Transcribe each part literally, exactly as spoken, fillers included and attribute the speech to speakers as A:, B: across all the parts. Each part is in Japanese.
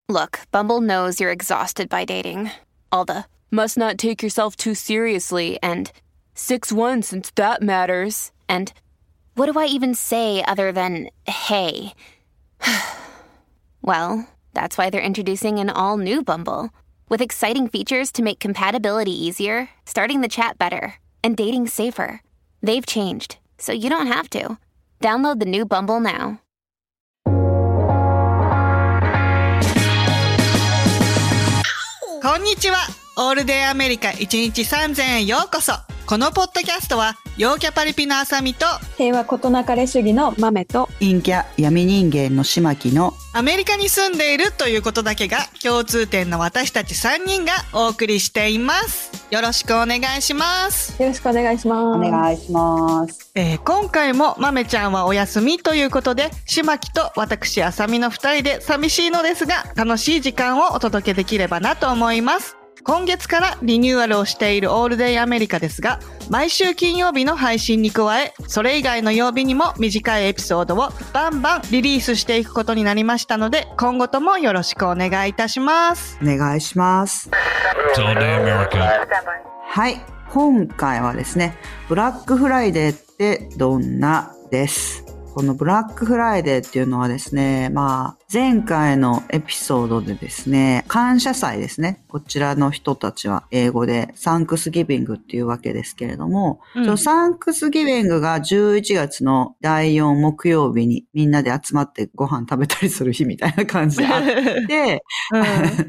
A: Look, Bumble knows you're exhausted by dating. All the must not take yourself too seriously and six one since that matters. And what do I even say other than hey? Well, that's why they're introducing an all-new Bumble with exciting features to make compatibility easier, starting the chat better, and dating safer. They've changed, so you don't have to. Download the new Bumble now.
B: こんにちは。オールデイアメリカいちにちさんぜんへようこそ。このポッドキャストは陽キャパリピのあさみと
C: 平和ことなかれ主義の豆と
D: 陰キャ闇人間のしまきの
B: アメリカに住んでいるということだけが共通点の私たちさんにんがお送りしています。よろしくお願いします。
C: よろしくお願いします。
D: お願いします。
B: えー、今回も豆ちゃんはお休みということで、しまきと私あさみのふたりで寂しいのですが楽しい時間をお届けできればなと思います。今月からリニューアルをしているオールデイアメリカですが、毎週金曜日の配信に加え、それ以外の曜日にも短いエピソードをバンバンリリースしていくことになりましたので、今後ともよろしくお願いいたします。
D: お願いします。はい、今回はですね、ブラックフライデーってどんなです。このブラックフライデーっていうのはですね、まあ、前回のエピソードでですね、感謝祭ですね。こちらの人たちは英語でサンクスギビングっていうわけですけれども、うん、そのサンクスギビングがじゅういちがつのだいよん木曜日にみんなで集まってご飯食べたりする日みたいな感じであって、うん、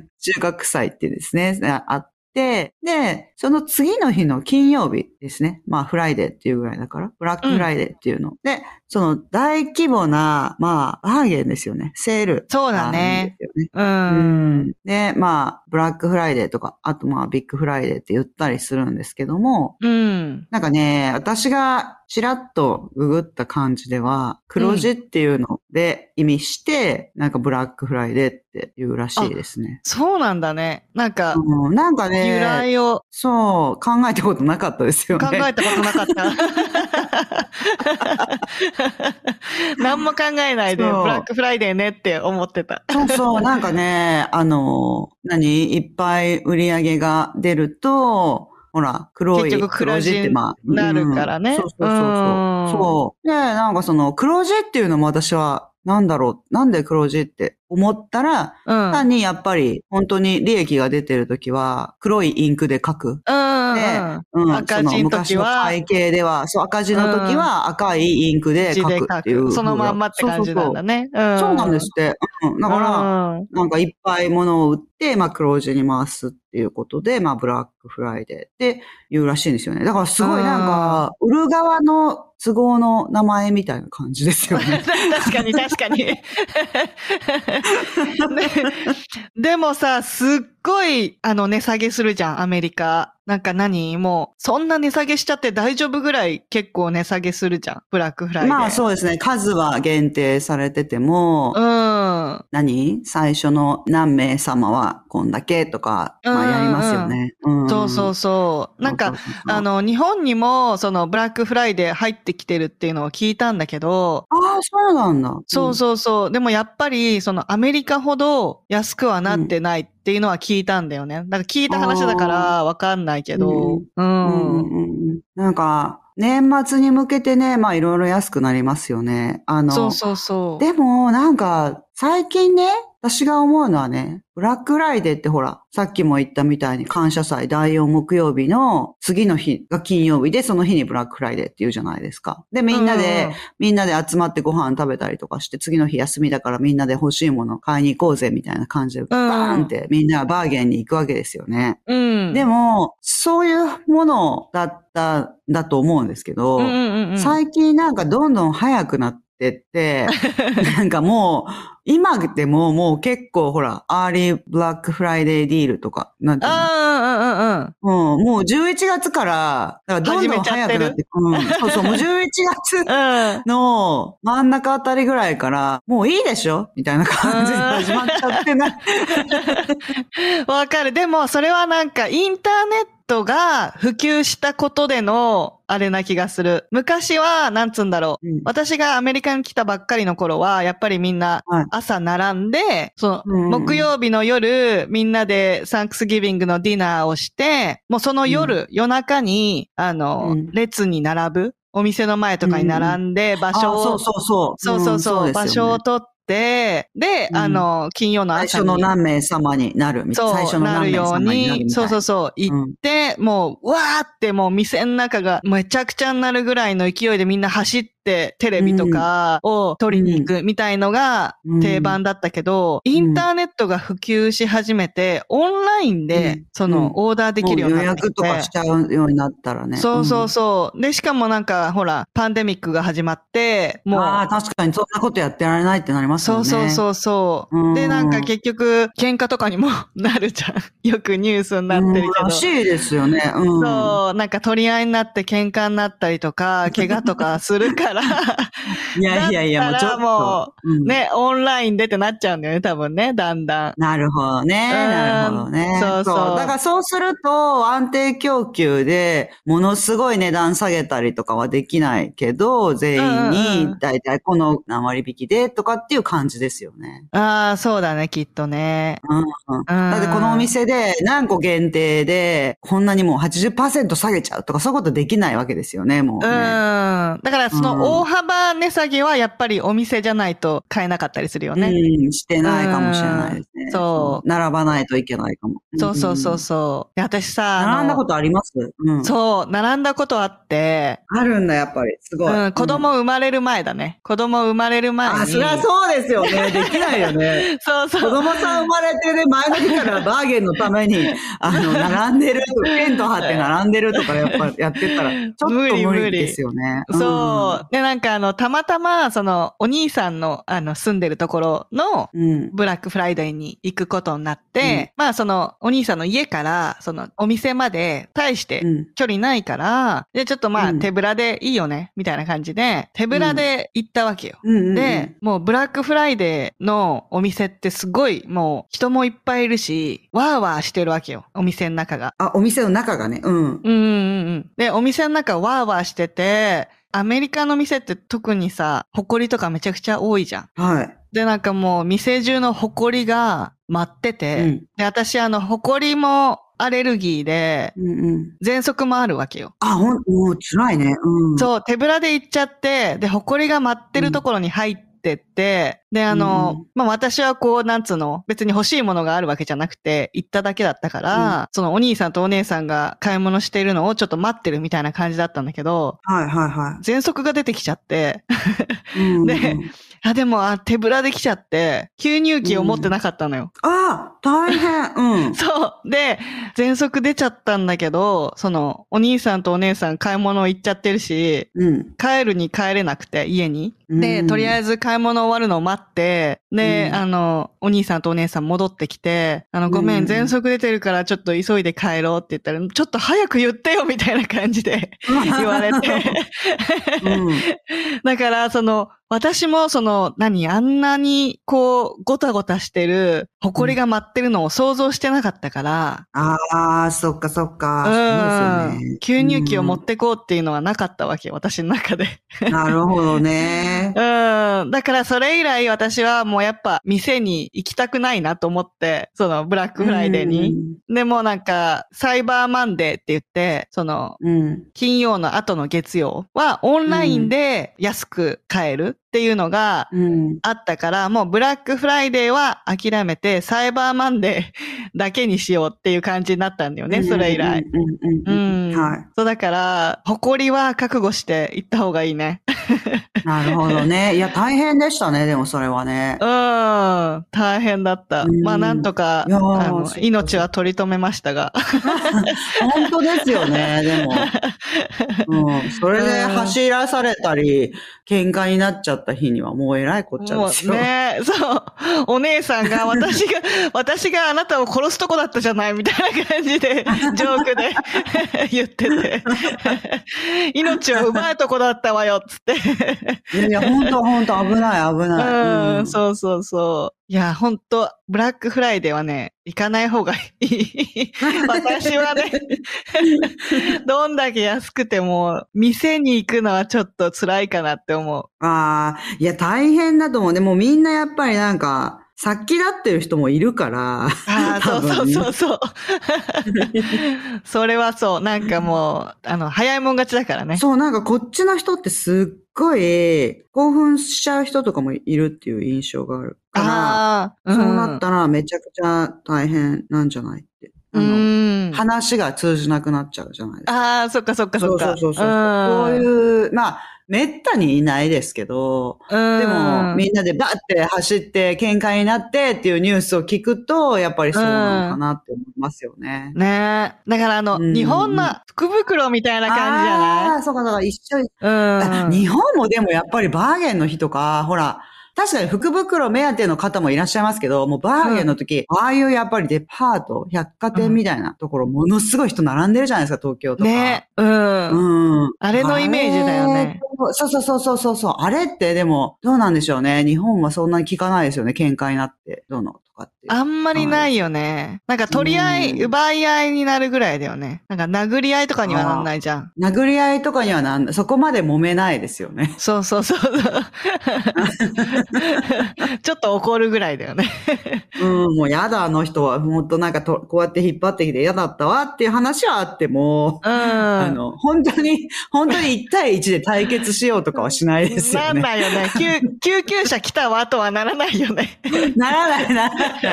D: 収穫祭ってですね、あって、で、で、その次の日の金曜日ですね。まあ、フライデーっていうぐらいだから、ブラックフライデーっていうの。うん、で、その大規模な、まあ、バーゲンですよね。セール。
B: そうだね。
D: うん、うん。で、まあ、ブラックフライデーとか、あとまあ、ビッグフライデーって言ったりするんですけども、
B: うん。
D: なんかね、私がちらっとググった感じでは、黒字っていうので意味して、うん、なんかブラックフライデーっていうらしいですね。
B: そうなんだね。なんか、
D: うん、なんかね、
B: 由来を。
D: そう、考えたことなかったですよね。
B: 考えたことなかった。何も考えないで、ブラックフライデーねって思ってた。
D: そうそう、なんかね、あの、何いっぱい売り上げが出ると、ほら、黒い黒字ってまあ。
B: なるからね。
D: うん、そうそうそうそう。そう。で、なんかその黒字っていうのも私は、なんだろう、なんで黒字って思ったら、うん、単にやっぱり本当に利益が出てるときは黒いインクで書く。
B: うん、
D: で、うん、
B: 赤字の時は、
D: 会計では、そう、赤字の時は赤いインクで書くっていう。
B: うん、そのまんまって感じなんだね。
D: そうそうそう、うん、そうなんですって。うん、だから、うん、なんかいっぱい物を売って、まあ黒字に回すっていうことで、まあブラックフライデーって言うらしいんですよね。だからすごいなんか、売る側の都合の名前みたいな感じですよね。
B: 確かに確かに。でもさ、すっごい、あの、値下げするじゃん、アメリカ。なんか何もう、そんな値下げしちゃって大丈夫ぐらい結構値下げするじゃん、ブラックフライデー。
D: まあそうですね。数は限定されてても、
B: うん。
D: 何最初の何名様はこんだけとか、まあやりますよね。
B: うんうん、そうそうそう。なんか、あの、日本にも、その、ブラックフライデー入ってきてるっていうのを聞いたんだけど。
D: ああ、そうなんだ。
B: そうそうそう。でもやっぱり、その、アメリカほど安くはなってないっていうのは聞いたんだよね。だから聞いた話だからわかんないけど。うん。うん
D: うん、なんか、年末に向けてね、まあいろいろ安くなりますよね。あの、
B: そうそうそう。
D: でも、なんか、最近ね、私が思うのはね、ブラックフライデーってほら、さっきも言ったみたいに感謝祭だいよん木曜日の次の日が金曜日で、その日にブラックフライデーって言うじゃないですか。で、みんなで、うん、みんなで集まってご飯食べたりとかして、次の日休みだからみんなで欲しいもの買いに行こうぜみたいな感じで、バーンってみんなバーゲンに行くわけですよね。
B: うん、
D: でも、そういうものだったんだと思うんですけど、
B: うんうんうん、
D: 最近なんかどんどん早くなってって、なんかもう、今でももう結構ほら、アーリーブラックフライデーディールとか、なんていうの？
B: ああ、うんうん
D: うん。もうじゅういちがつから、だからどんどん早くなって、うん、そうそう、もうじゅういちがつの真ん中あたりぐらいから、もういいでしょみたいな感じで始まっちゃってない。
B: わかる。でも、それはなんかインターネットが普及したことでのあれな気がする。昔は、なんつうんだろう、うん。私がアメリカに来たばっかりの頃は、やっぱりみんな朝並んで、はい、その、うん、木曜日の夜、みんなでサンクスギビングのディナーをして、もうその夜、うん、夜中に、あの、うん、列に並ぶ。お店の前とかに並んで、場所を、
D: うん、そうそうそう。
B: そうそうそう、うん、場所を取って、で、で、うん、あの、金曜の朝に。
D: 最初の何名様になるみたいな。最初の何名様になるみたいな。
B: そうそうそう、行って、うん、もう、わーってもう店の中がめちゃくちゃになるぐらいの勢いでみんな走って、テレビとかを取りに行くみたいのが定番だったけど、うん、インターネットが普及し始めて、オンラインで、その、オーダーできるようになって、
D: 予約とかしちゃうようになったらね。
B: そうそうそう。で、しかもなんか、ほら、パンデミックが始まって、もう。
D: ああ、確かにそんなことやってられないってなりますよね。
B: そうそうそうそう。で、なんか結局、喧嘩とかにもなるじゃん。よくニュースになってるけど。
D: らしいですよね。うん、
B: そう、なんか取り合いになって喧嘩になったりとか、怪我とかするから、
D: いやいやいや、もうちょっと。
B: もう、うん、ね、オンラインでってなっちゃうんだよね、多分ね、だんだん。
D: なるほどね。なるほどね。そうそう。そうだからそうすると、安定供給で、ものすごい値段下げたりとかはできないけど、全員に、だいたいこの何割引きでとかっていう感じですよね。
B: ああ、そうだね、きっとね。
D: うんうん。だってこのお店で何個限定で、こんなにもう はちじゅっパーセント 下げちゃうとか、そういうことできないわけですよね、もう、ね。うん。
B: だからその大幅値下げはやっぱりお店じゃないと買えなかったりするよね。
D: うん、してないかもしれないですね。そう。並ばないといけないかも。
B: そうそうそうそう。私さ、
D: 並んだことあります？
B: うん。そう、並んだことあって。
D: あるんだ、やっぱり。すごい。
B: うん、子供生まれる前だね。子供生まれる前に。
D: あ、そりゃそうですよね。できないよね。
B: そうそう。
D: 子供さん生まれてね、前の日からバーゲンのために、あの、並んでる、テント張って並んでるとかやっぱやってたら、ちょっと無理ですよね。
B: 無理無理そう。で、なんかあの、たまたま、その、お兄さんの、あの、住んでるところの、ブラックフライデーに行くことになって、うん、まあ、その、お兄さんの家から、その、お店まで、大して距離ないから、うん、で、ちょっとまあ、手ぶらでいいよね、みたいな感じで、手ぶらで行ったわけよ。うん、で、もう、ブラックフライデーのお店ってすごい、もう、人もいっぱいいるし、ワーワーしてるわけよ、お店の中が。
D: あ、お店の中がね、うん。うん
B: うんうん。で、お店の中ワーワーしてて、アメリカの店って特にさ、埃とかめちゃくちゃ多いじゃん。
D: はい。
B: で、なんかもう店中の埃が舞ってて、うん、で、私あの、埃もアレルギーで、うんうん、喘息もあるわけよ。
D: あ、ほん、もう辛いね。うん。
B: そう、手ぶらで行っちゃって、で、埃が舞ってるところに入って、ってって、で、あの、うん、まあ、私はこう、なんつうの、別に欲しいものがあるわけじゃなくて、行っただけだったから、うん、そのお兄さんとお姉さんが買い物しているのをちょっと待ってるみたいな感じだったんだけど、
D: はいはいはい。
B: 喘息が出てきちゃって、うん、で、あ、でも、あ、手ぶらできちゃって、吸入器を持ってなかったのよ。
D: うん、ああ、大変。うん。
B: そう。で、喘息出ちゃったんだけど、その、お兄さんとお姉さん買い物行っちゃってるし、うん、帰るに帰れなくて、家に。で、とりあえず買い物終わるのを待って、で、うん、あの、お兄さんとお姉さん戻ってきて、あの、ごめん、喘息出てるからちょっと急いで帰ろうって言ったら、ちょっと早く言ってよみたいな感じで言われて。うん、だから、その、私もその、何、あんなにこう、ごたごたしてる、埃が舞ってるのを想像してなかったから。
D: うん、ああ、そっかそっか。
B: うん。そうですよね。吸入器を持ってこうっていうのはなかったわけ、私の中で。
D: なるほどね。
B: うん。だからそれ以来私はもうやっぱ店に行きたくないなと思って、そのブラックフライデーに。でもなんか、サイバーマンデーって言って、その、うん、金曜の後の月曜はオンラインで安く買える。っていうのがあったから、うん、もうブラックフライデーは諦めてサイバーマンデーだけにしようっていう感じになったんだよね、うん、それ以来。うん。はい。そうだから、誇りは覚悟して行った方がいいね。
D: なるほどね。いや、大変でしたね、でもそれはね。
B: うん。大変だった。うん、まあ、なんとか、あの、命は取り留めましたが。
D: 本当ですよね、でも。うん。それで走らされたり、喧嘩になっちゃった日にはもう偉いこっちゃですよ。
B: もうね、そう。お姉さんが私が、私があなたを殺すとこだったじゃないみたいな感じで、ジョークで言ってて。命を奪うとこだったわよ、つって。
D: いやいや、ほんとほんと危ない危ない。
B: うん、
D: うん、
B: そうそうそう。いや、ほんと、ブラックフライデーはね、行かない方がいい。私はね、どんだけ安くても、店に行くのはちょっと辛いかなって思う。
D: ああ、いや、大変だと思う。でもみんなやっぱりなんか、殺気立ってる人もいるから。
B: ああ、そうそうそうそう。それはそう。なんかもう、あの、早いもん勝ちだからね。
D: そう、なんかこっちの人ってすっごい興奮しちゃう人とかもいるっていう印象があるから、
B: ああ、
D: そうなったらめちゃくちゃ大変なんじゃないって。あの、話が通じなくなっちゃうじゃないですか。
B: ああ、そっかそっかそっか。
D: そうそうそうそう。そういう、まあ、めったにいないですけど、でもみんなでバーって走って喧嘩になってっていうニュースを聞くと、やっぱりそうなのかなって思いますよね。
B: ねえ。だからあの、日本の福袋みたいな感じじゃない？
D: ああ、そうかそうか、一緒に。うん。日本もでもやっぱりバーゲンの日とか、ほら、確かに福袋目当ての方もいらっしゃいますけど、もうバーゲンの時、うん、ああいうやっぱりデパート、百貨店みたいなところ、ものすごい人並んでるじゃないですか、東京とか。
B: ね。うん。うん。あれのイメージだよね。
D: そうそうそうそうそう。あれってでも、どうなんでしょうね。日本はそんなに聞かないですよね。喧嘩になって、どうのとかって。
B: あんまりないよね。なんか取り合い、奪い合いになるぐらいだよね。なんか殴り合いとかにはなんないじゃん。
D: 殴り合いとかにはなんない。そこまで揉めないですよね。
B: そうそうそう。ちょっと怒るぐらいだよね。
D: うん、もうやだ、あの人は。ほんとなんかと、こうやって引っ張ってきて嫌だったわっていう話はあっても、うん、あの、本当に、本当にいち対いちで対決しようとかはしないですよね。
B: なんないよね。救、救急車来たわとはならないよね。
D: ならない、ならない。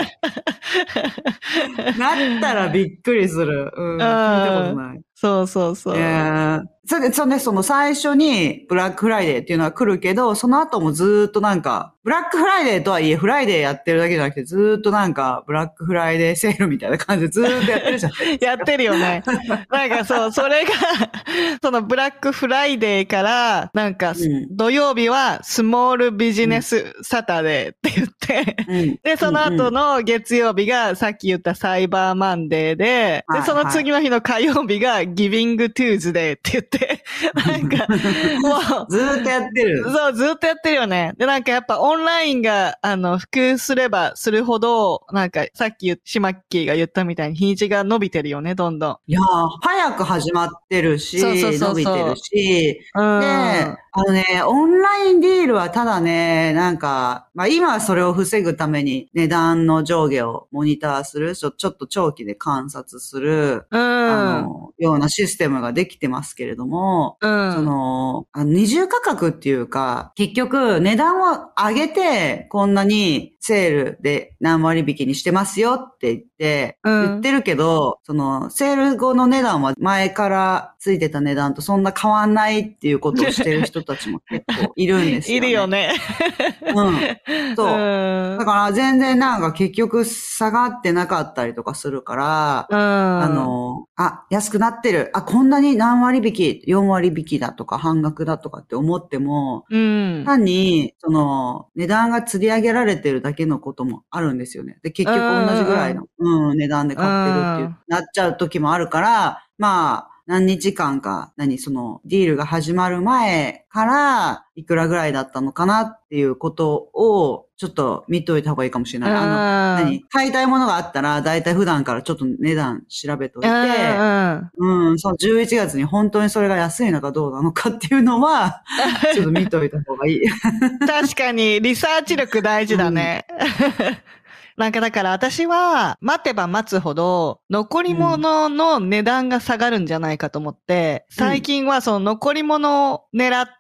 D: なったらびっくりする。うん、聞いたことない。
B: そうそうそう。
D: いやそれで、そのね、その最初にブラックフライデーっていうのは来るけど、その後もずーっとなんか、ブラックフライデーとはいえフライデーやってるだけじゃなくて、ずーっとなんか、ブラックフライデーセールみたいな感じでずーっとやってるじゃないですか。
B: やってるよね。なんかそう、それが、そのブラックフライデーから、なんか、うん、土曜日はスモールビジネスサタデーって言って、うん、で、その後の月曜日がさっき言ったサイバーマンデーで、で、その次の日の火曜日がギビングトゥーズデーって言って、なんか、
D: もう、ずーっとやってる。
B: そう、ずーっとやってるよね。で、なんかやっぱオンラインが、あの、普及すればするほど、なんか、さっきシマッキーが言ったみたいに日にちが伸びてるよね、どんどん。
D: いやー、早く始まってるし、そうそうそうそう伸びてるし、うん、で、あのね、オンラインディールはただね、なんか、まあ今はそれを防ぐために値段の上下をモニターする、ちょ、ちょっと長期で観察する、うん、あの、ようなシステムができてますけれども、うん、その、あの二重価格っていうか、結局値段を上げて、こんなにセールで何割引きにしてますよって言って、うん、言ってるけど、その、セール後の値段は前からついてた値段とそんな変わんないっていうことをしてる人たちも結構いるんですよね。
B: いるよね。
D: うん。そう。だから全然なんか結局下がってなかったりとかするから、うん、あの、あ、安くなってる。あ、こんなに何割引き、よん割引きだとか半額だとかって思っても、うん、単に、その、値段が釣り上げられてるだけのこともあるんですよね。で、結局同じぐらいの、うん、うん、値段で買ってるっていう、なっちゃう時もあるから、まあ、何日間か、何、その、ディールが始まる前から、いくらぐらいだったのかなっていうことを、ちょっと見といた方がいいかもしれない。あの、何、買いたいものがあったら、だいたい普段からちょっと値段調べといて、うん、そのじゅういちがつに本当にそれが安いのかどうなのかっていうのは、ちょっと見といた方がいい。
B: 確かに、リサーチ力大事だね。うんなんかだから私は待てば待つほど残り物の値段が下がるんじゃないかと思って、うん、最近はその残り物を狙って、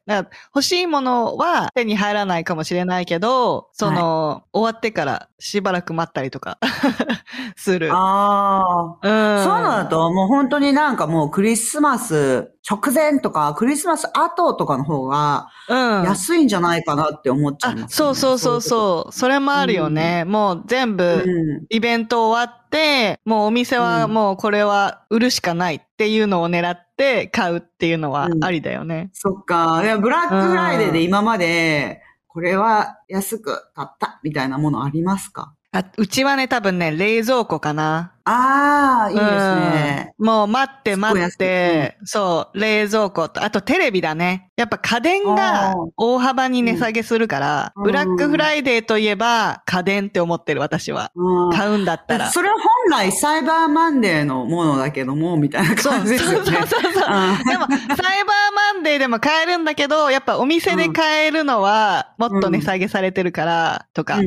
B: 欲しいものは手に入らないかもしれないけど、その、はい、終わってからしばらく待ったりとかする。
D: ああ、うん。そういうのだともう本当になんかもうクリスマス直前とかクリスマス後とかの方が安いんじゃないかなって思っちゃいます、ね、
B: うん、そうそうそうそう。それもあるよね。うん、もう全部イベント終わって、もうお店はもうこれは売るしかないっていうのを狙って買うっていうのはありだよね。うん、
D: そっか。いやブラックフライデーで今までこれは安く買ったみたいなものありますか？
B: あ、うちはね多分ね冷蔵庫かな。
D: ああ、いいですね。
B: うん、もう待って待って、
D: うん、
B: そう、冷蔵庫と、あとテレビだね。やっぱ家電が大幅に値下げするから、うん、ブラックフライデーといえば家電って思ってる私は。うん、買うんだったら。
D: それは本来サイバーマンデーのものだけども、みたいな感じですよね。
B: そうそうそうそう。でも、サイバーマンデーでも買えるんだけど、やっぱお店で買えるのはもっと値下げされてるから、とか。うん。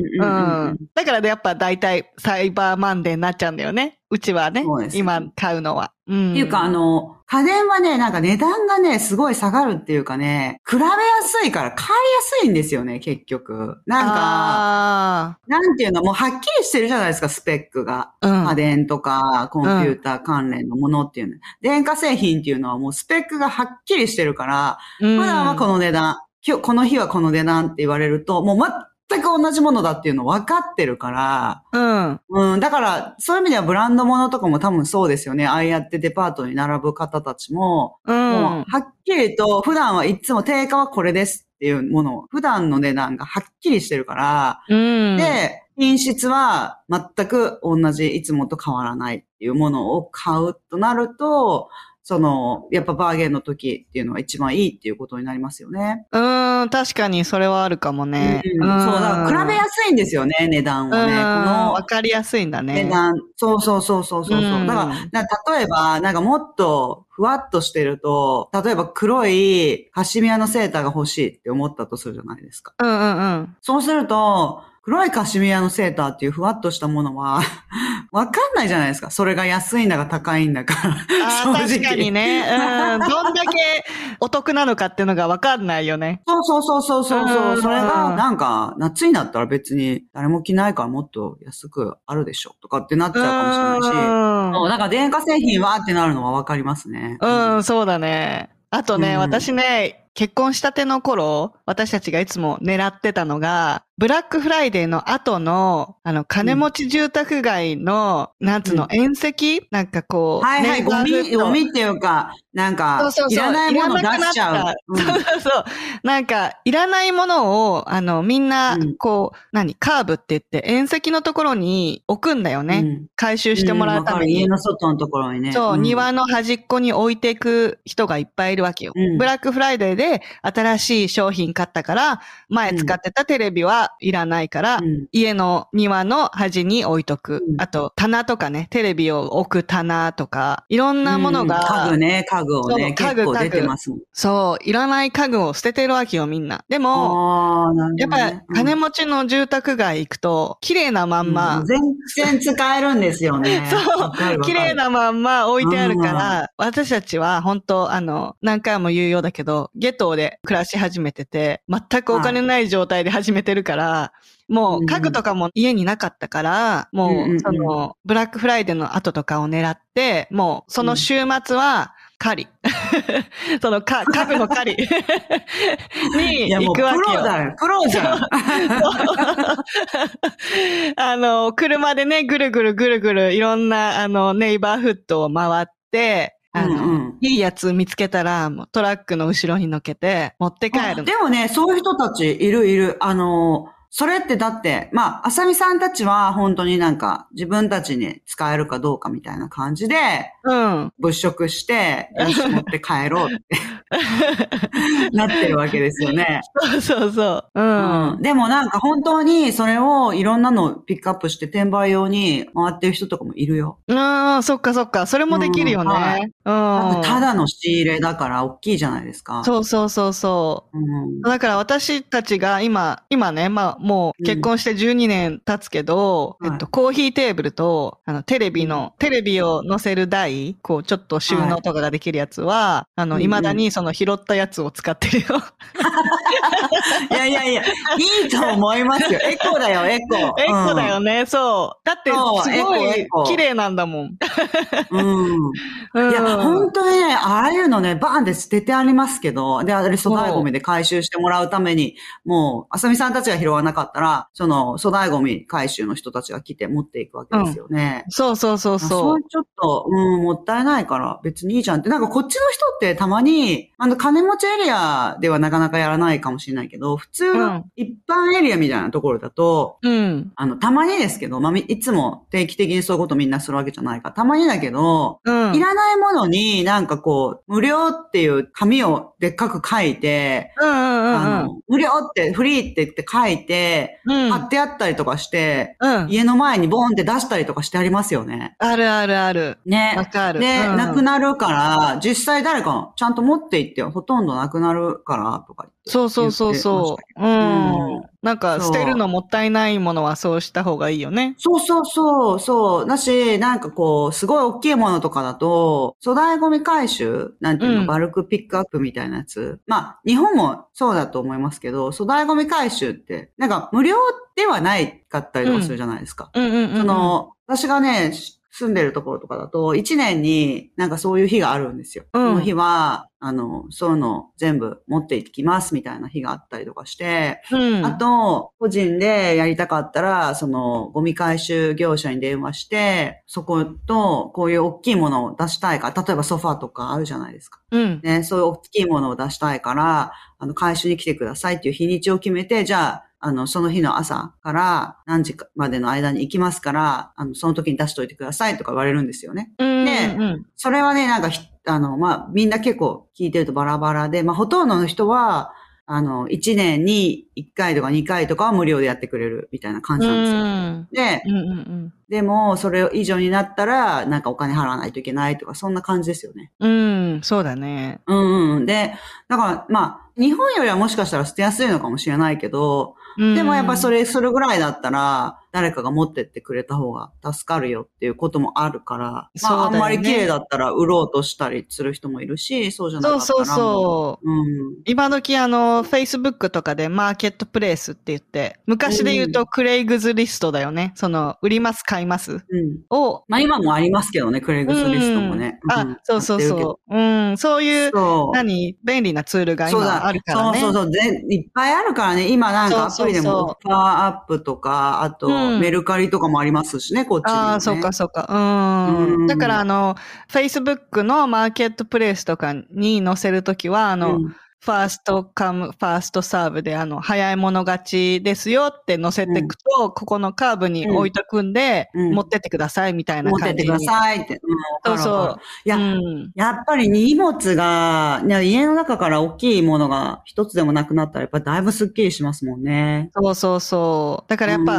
B: だからね、やっぱ大体サイバーマンデーになっちゃうんだよね。うちはね。今買うのは。
D: うん。っていうか、あの、家電はね、なんか値段がね、すごい下がるっていうかね、比べやすいから買いやすいんですよね、結局。なんか、なんていうの、もうはっきりしてるじゃないですか、スペックが。うん、家電とか、コンピューター関連のものっていうの。うん、電化製品っていうのはもうスペックがはっきりしてるから、うん、普段はこの値段、今日、この日はこの値段って言われると、もう全く同じものだっていうの分かってるから、うん。うん。だから、そういう意味ではブランドものとかも多分そうですよね。ああやってデパートに並ぶ方たちも、うん。もう、はっきりと、普段はいつも定価はこれですっていうものを、普段の値段がはっきりしてるから、うん。で、品質は全く同じ、いつもと変わらないっていうものを買うとなると、その、やっぱバーゲンの時っていうのは一番いいっていうことになりますよね。
B: うーん、確かにそれはあるかもね。
D: うん、そう、だから比べやすいんですよね、値段はね。この、
B: わかりやすいんだね。
D: 値段、そうそうそうそうそう。だから、だから例えば、なんかもっとふわっとしてると、例えば黒いカシミヤのセーターが欲しいって思ったとするじゃないですか。
B: うんうんうん。
D: そうすると、黒いカシミヤのセーターっていうふわっとしたものは、わかんないじゃないですか。それが安いんだか高いんだか。
B: あ正直確かにね。うん。どんだけお得なのかっていうのがわかんないよね。
D: そうそうそうそうそうそう。それが、なんか、夏になったら別に誰も着ないからもっと安くあるでしょとかってなっちゃうかもしれないし。そう、だから電化製品はってなるのはわかりますね。
B: うん、うん、そうだね。あとね、うん、私ね、結婚したての頃、私たちがいつも狙ってたのが、ブラックフライデーの後の、あの、金持ち住宅街の、うん、なんつうの、縁石なんかこう、
D: はいはい、ゴミ、ゴミっていうか、なんか、そうそうそういらないもの出しちゃう。
B: うん、そうそうそう。なんか、いらないものを、あの、みんな、こう、うん、何、カーブって言って、縁石のところに置くんだよね。うん、回収してもらうために。
D: うん、家の外のところにね。
B: そう、うん、庭の端っこに置いていく人がいっぱいいるわけよ。うん、ブラックフライデーで新しい商品買ったから、前使ってたテレビはいらないから、うん、家の庭の端に置いとく。うん、あと、棚とかね、テレビを置く棚とか、いろんなものが。
D: うん、家具ね、家具をね、結構出てますもん。
B: そう、いらない家具を捨ててるわけよ、みんな。でも、ね、やっぱ、金持ちの住宅街行くと、綺麗なまんま、
D: うん。全然使えるんですよね。
B: そう、綺麗なまんま置いてあるから、私たちは本当あの、何回も言うようだけど、ゲトで暮らし始めてて、全くお金ない状態で始めてるから、はい、もう家具とかも家になかったから、うん、もうそのブラックフライデーの後とかを狙って、もうその週末は狩り。そのか家具の狩りに行くわけよ。
D: いやもうプロだよ。プロじゃん。
B: あの、車でね、ぐるぐるぐるぐるいろんなあのネイバーフットを回って、あの、うんうん、いいやつ見つけたら、もうトラックの後ろに乗っけて、持って帰る。
D: でもね、そういう人たちいるいる。あの、それってだって、まあ、あさみさんたちは本当になんか自分たちに使えるかどうかみたいな感じで、うん。物色して、よし、持って帰ろうってなってるわけですよね。
B: そうそうそう、うん。
D: うん。でもなんか本当にそれをいろんなのをピックアップして転売用に回ってる人とかもいるよ。
B: ああ、そっかそっか。それもできるよね。うん。はい、
D: うん、ただの仕入れだから大きいじゃないですか。
B: そうそうそうそう。うん、だから私たちが今、今ね、まあもう結婚してじゅうにねん経つけど、うん、えっと、コーヒーテーブルと、あの、テレビの、テレビを載せる台、こう、ちょっと収納とかができるやつは、はい、あの、未だにその拾ったやつを使ってるよ。
D: いやいやいや、いいと思いますよ。エコだよ、エコ。
B: エコだよね、うん、そう。だって、すごい綺麗なんだもん。
D: うん。いや、本当にね、ああいうのね、バーンって捨ててありますけど、で、あれ粗大ゴミで回収してもらうために、もう、あさみさんたちが拾わなかったら、その粗大ゴミ回収の人たちが来て持っていくわけですよね。
B: うん、そうそうそうそう。
D: それちょっと、うん、もったいないから別にいいじゃんって。なんかこっちの人ってたまに、あの、金持ちエリアではなかなかやらないかもしれないけど、普通の一般エリアみたいなところだと、
B: うん。
D: あの、たまにですけど、まあ、いつも定期的にそういうことみんなするわけじゃないから、たまにだけど、うん、いらないものになんかこう、無料っていう紙をでっかく書いて、
B: うんうんうんうん、
D: あの、無料ってフリーって言って書いて、うん、貼ってあったりとかして、うん、家の前にボーンって出したりとかしてありますよね。
B: あるあるある。
D: ね。
B: わかる。
D: で、
B: うん、
D: なくなるから、実際誰かちゃんと持って行ってほとんどなくなるからとか言って。
B: そうそうそうそう。うん。うん、なんか捨てるのもったいないものはそうした方がいいよね。
D: そうそうそうそう。だし、なんかこう、すごい大きいものとかだと、粗大ゴミ回収なんていうの、うん、バルクピックアップみたいなやつ。まあ、日本もそうだと思いますけど、粗大ゴミ回収って、なんか無料ではないかったりとかするじゃないですか。
B: うんうんうんうん、
D: その、私がね、住んでるところとかだと、一年になんかそういう日があるんですよ。うん、その日は、あの、そういうの全部持っていきますみたいな日があったりとかして、うん、あと、個人でやりたかったら、その、ゴミ回収業者に電話して、そこと、こういう大きいものを出したいから、例えばソファーとかあるじゃないですか。うん。ね、そういう大きいものを出したいから、あの、回収に来てくださいっていう日にちを決めて、じゃあ、あの、その日の朝から何時までの間に行きますから、あの、その時に出しといてくださいとか言われるんですよね。
B: うんうん、
D: で、それはね、なんか、あの、まあ、みんな結構聞いてるとバラバラで、まあ、ほとんどの人は、あの、いちねんにいっかいとかにかいとかは無料でやってくれるみたいな感じなんですよ。で、
B: うんうんうん、
D: でも、それ以上になったら、なんかお金払わないといけないとか、そんな感じですよね。
B: うん、そうだね。
D: うんうん。で、だから、まあ、日本よりはもしかしたら捨てやすいのかもしれないけど、でもやっぱそれ、それぐらいだったら、誰かが持ってってくれた方が助かるよっていうこともあるから、まあ、あんまり綺麗だったら売ろうとしたりする人もいるし、そうじゃなかったら。
B: そうそうそう。
D: うん、
B: 今時あの、Facebook とかでマーケットプレイスって言って、昔で言うとクレイグズリストだよね。その、売ります、買います。うん。を。
D: まあ今もありますけどね、クレイグズリストもね。
B: うん、あ、うん、そうそうそう。うん、そういう、何、便利なツールが今あるからね。
D: そうそうそう。で、いっぱいあるからね。今なんかアプリでもオファーアップとか、あと、うん、メルカリとかもありますしね、こっちに、ね。
B: ああ、そうかそうか。うん。だからあの、Facebook のマーケットプレイスとかに載せるときは、あの、うんファーストカム、ファーストサーブで、あの、早い者勝ちですよって載せていくと、うん、ここのカーブに置いとくんで、うん、持ってってくださいみたいな感じ。
D: 持ってってくださいって。
B: うん、そうそう。
D: いや、うん、やっぱり荷物が、家の中から大きいものが一つでもなくなったら、やっぱだいぶスッキリしますもんね。
B: そうそうそう。だからやっぱ、うん、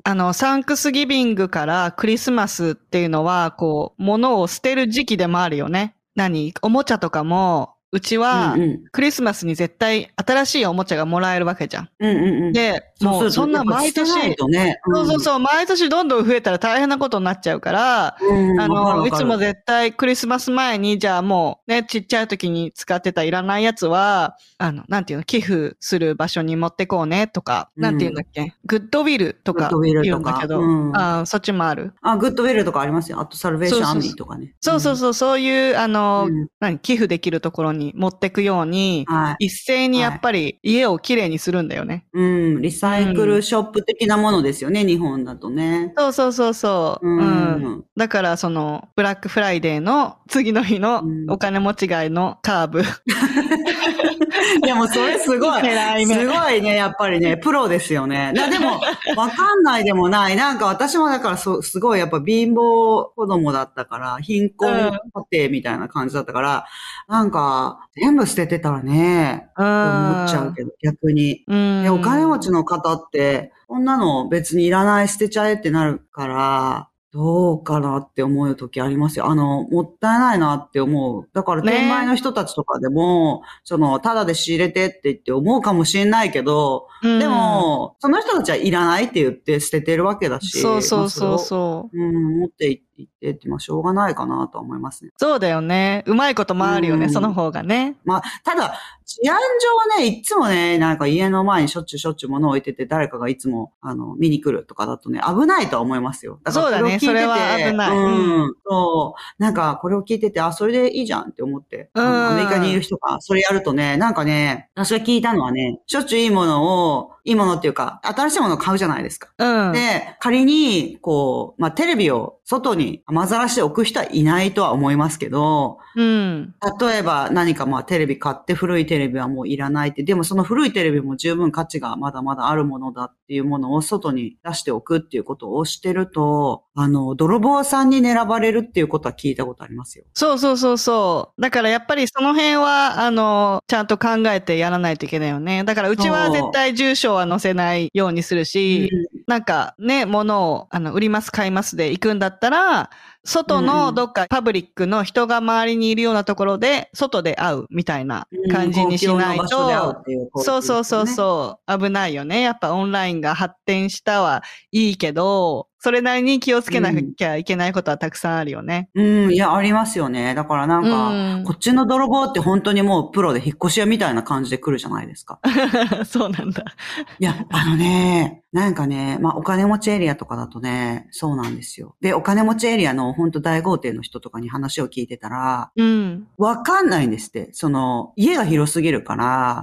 B: あの、サンクスギビングからクリスマスっていうのは、こう、物を捨てる時期でもあるよね。何？おもちゃとかも、うちは、クリスマスに絶対新しいおもちゃがもらえるわけじゃん。
D: うんうんうん、
B: で、もうそんな毎年、
D: ねうん、
B: そうそうそう、毎年どんどん増えたら大変なことになっちゃうから、うん、あの、いつも絶対クリスマス前に、じゃあもうね、ちっちゃい時に使ってたいらないやつは、あの、なんていうの、寄付する場所に持ってこうねとか、うん、なんていうんだっけ、グッドウィルとか言うんだけど、うん、あそっちもある。
D: あ、グッドウィルとかありますよ。あとサルベーションアーミーとかね。
B: そうそうそう、そういう、あの、うん、何、寄付できるところにに持ってくように、はい、一斉にやっぱり家をきれいにするんだよね、
D: はい。うん、リサイクルショップ的なものですよね、うん、日本だとね。
B: そうそうそうそう。うん。うん、だからその、ブラックフライデーの次の日のお金持ち街のカーブ。
D: いやもうそれすごい。すごいね、やっぱりね、プロですよね。なでも、わかんないでもない。なんか私もだからそすごいやっぱ貧乏子供だったから、貧困家庭みたいな感じだったから、うん、なんか、全部捨ててたらね、って思っちゃうけど、逆に。うん、でお金持ちの方って、こんなの別にいらない捨てちゃえってなるから、どうかなって思う時ありますよ。あの、もったいないなって思う。だから、転売の人たちとかでも、ね、その、ただで仕入れてって言って思うかもしれないけど、うん、でも、その人たちはいらないって言って捨ててるわけだし。
B: そうそうそうそう。
D: まあ、うん、持っていってって、まあ、しょうがないかなと思いますね。
B: そうだよね。うまいこともあるよね、うん、その方がね。
D: まあ、ただ、治安上はね、いつもね、なんか家の前にしょっちゅうしょっちゅう物を置いてて、誰かがいつも、あの、見に来るとかだとね、危ないとは思いますよ。
B: だからそうだね、それは危ない。
D: うん。そう。なんか、これを聞いてて、あ、それでいいじゃんって思って。うん。アメリカにいる人が、それやるとね、なんかね、私が聞いたのはね、しょっちゅういいものをいいものっていうか、新しいものを買うじゃないですか。
B: うん。
D: で、仮に、こう、まあ、テレビを外に雨ざらして置く人はいないとは思いますけど、
B: うん。
D: 例えば何かまあテレビ買って古いテレビはもういらないって、でもその古いテレビも十分価値がまだまだあるものだっていうものを外に出しておくっていうことをしてると、あの、泥棒さんに狙われるっていうことは聞いたことありますよ。
B: そうそうそうそう。だからやっぱりその辺は、あの、ちゃんと考えてやらないといけないよね。だからうちは絶対住所は載せないようにするし、
D: うん、
B: なんかね、物を、あの、売ります、買いますで行くんだったら、外のどっかパブリックの人が周りにいるようなところで、外で会うみたいな感じにしないと、そうそうそうそう、危ないよね。やっぱオンラインが発展したはいいけど、それなりに気をつけなきゃいけないことはたくさんあるよね。
D: うん、いや、ありますよね。だからなんか、うん、こっちの泥棒って本当にもうプロで引っ越し屋みたいな感じで来るじゃないですか。
B: そうなんだ。
D: いや、あのね、なんかね、まあ、お金持ちエリアとかだとね、そうなんですよ。で、お金持ちエリアの本当大豪邸の人とかに話を聞いてたら、うん。わかんないんですって。その、家が広すぎるから、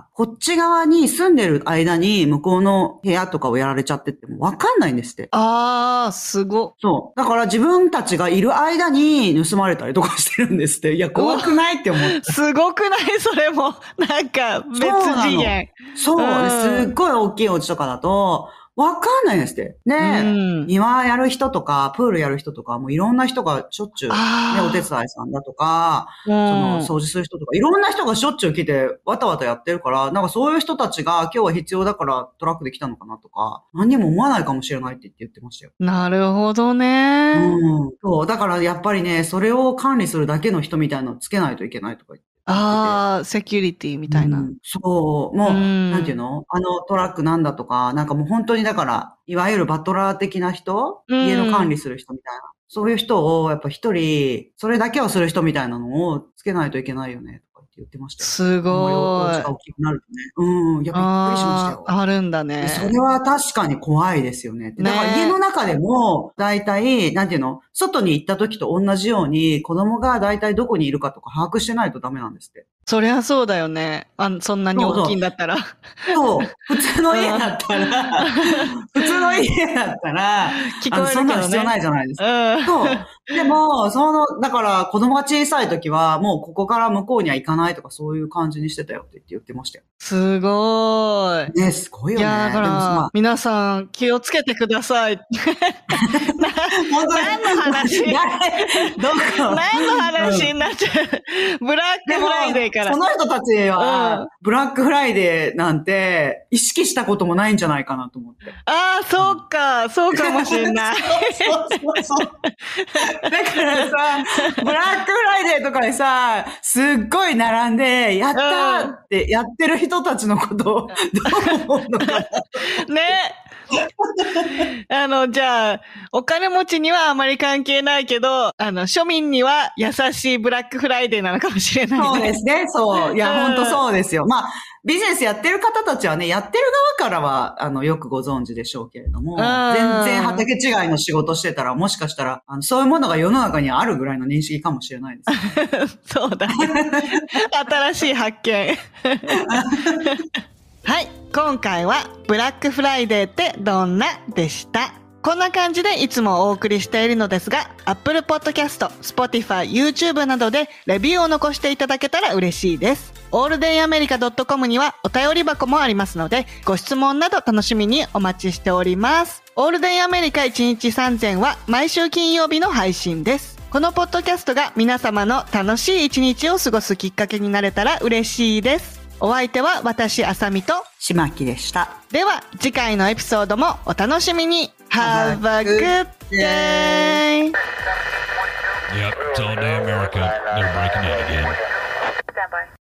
D: こっち側に住んでる間に向こうの部屋とかをやられちゃってってもわかんないんですって。
B: あー、すご。
D: そう。だから自分たちがいる間に盗まれたりとかしてるんですって。いや、怖くないって思って。
B: すごくないそれも。なんか、別次元。
D: そう。そう。すっごい大きいお家とかだと、わかんないですって。ね、うん、庭やる人とか、プールやる人とか、もういろんな人がしょっちゅう、ね、お手伝いさんだとか、うん、その掃除する人とか、いろんな人がしょっちゅう来て、わたわたやってるから、なんかそういう人たちが今日は必要だからトラックで来たのかなとか、何にも思わないかもしれないって言ってましたよ。
B: なるほどね。
D: うん。そう。だからやっぱりね、それを管理するだけの人みたいなのつけないといけないとか言って。
B: ああ、セキュリティみたいな。うん、
D: そう。もう、うん、なんていうのあのトラックなんだとか、なんかもう本当にだから、いわゆるバトラー的な人、うん、家の管理する人みたいな。そういう人を、やっぱ一人、それだけをする人みたいなのをつけないといけないよね。言ってましたよ。
B: すごい。
D: お家が大きくなるとね。うん。いや、びっくりしましたよ。
B: あ, あるんだね。
D: それは確かに怖いですよね。だから家の中でも、だいたい、なんていうの外に行った時と同じように、子供がだいたいどこにいるかとか把握してないとダメなんですって。
B: そりゃそうだよね。あそんなに大きいんだったら。
D: そう。そう普通の家だったら、普通の家だったら、聞こえるけどね、そんなの必要ないじゃないですか。うん、そう。でも、その、だから子供が小さい時は、もうここから向こうには行かないとか、そういう感じにしてたよって言ってましたよ。
B: すごーい。
D: ね、すごいよね。
B: いや、だから、まあ、皆さん気をつけてください。
D: 本当
B: 何の話
D: どこ
B: 何の話になっちゃうブラックフライデーから。
D: その人たちは、うん、ブラックフライデーなんて意識したこともないんじゃないかなと思って。
B: ああ、そうか、そうかもしれない。
D: そうそうそう。だからさ、ブラックフライデーとかでさ、すっごい並んで、やったーってやってる人たちのことをどう思うのかな。
B: ね。あの、じゃあ、お金持ちにはあまり関係ないけど、あの、庶民には優しいブラックフライデーなのかもしれない、ね。
D: そうですね、そう。いや、ほんとそうですよ。まあ、ビジネスやってる方たちはね、やってる側からは、あの、よくご存知でしょうけれども、全然畑違いの仕事してたら、もしかしたら、あの、そういうものが世の中にあるぐらいの認識かもしれないです、
B: ね。そうだね。新しい発見。はい、今回はブラックフライデーってどんなでした。こんな感じでいつもお送りしているのですが、Apple Podcast、Spotify、YouTube などでレビューを残していただけたら嬉しいです。オールデンアメリカドットコム にはお便り箱もありますので、ご質問など楽しみにお待ちしております。オールデンアメリカいちにちさんぜんは毎週金曜日の配信です。このポッドキャストが皆様の楽しい一日を過ごすきっかけになれたら嬉しいです。お相手は私、あさみと
D: しまきでした。
B: では次回のエピソードもお楽しみに。Have a good day!
E: Yep, it's all day America. They're breaking in again. Stand by.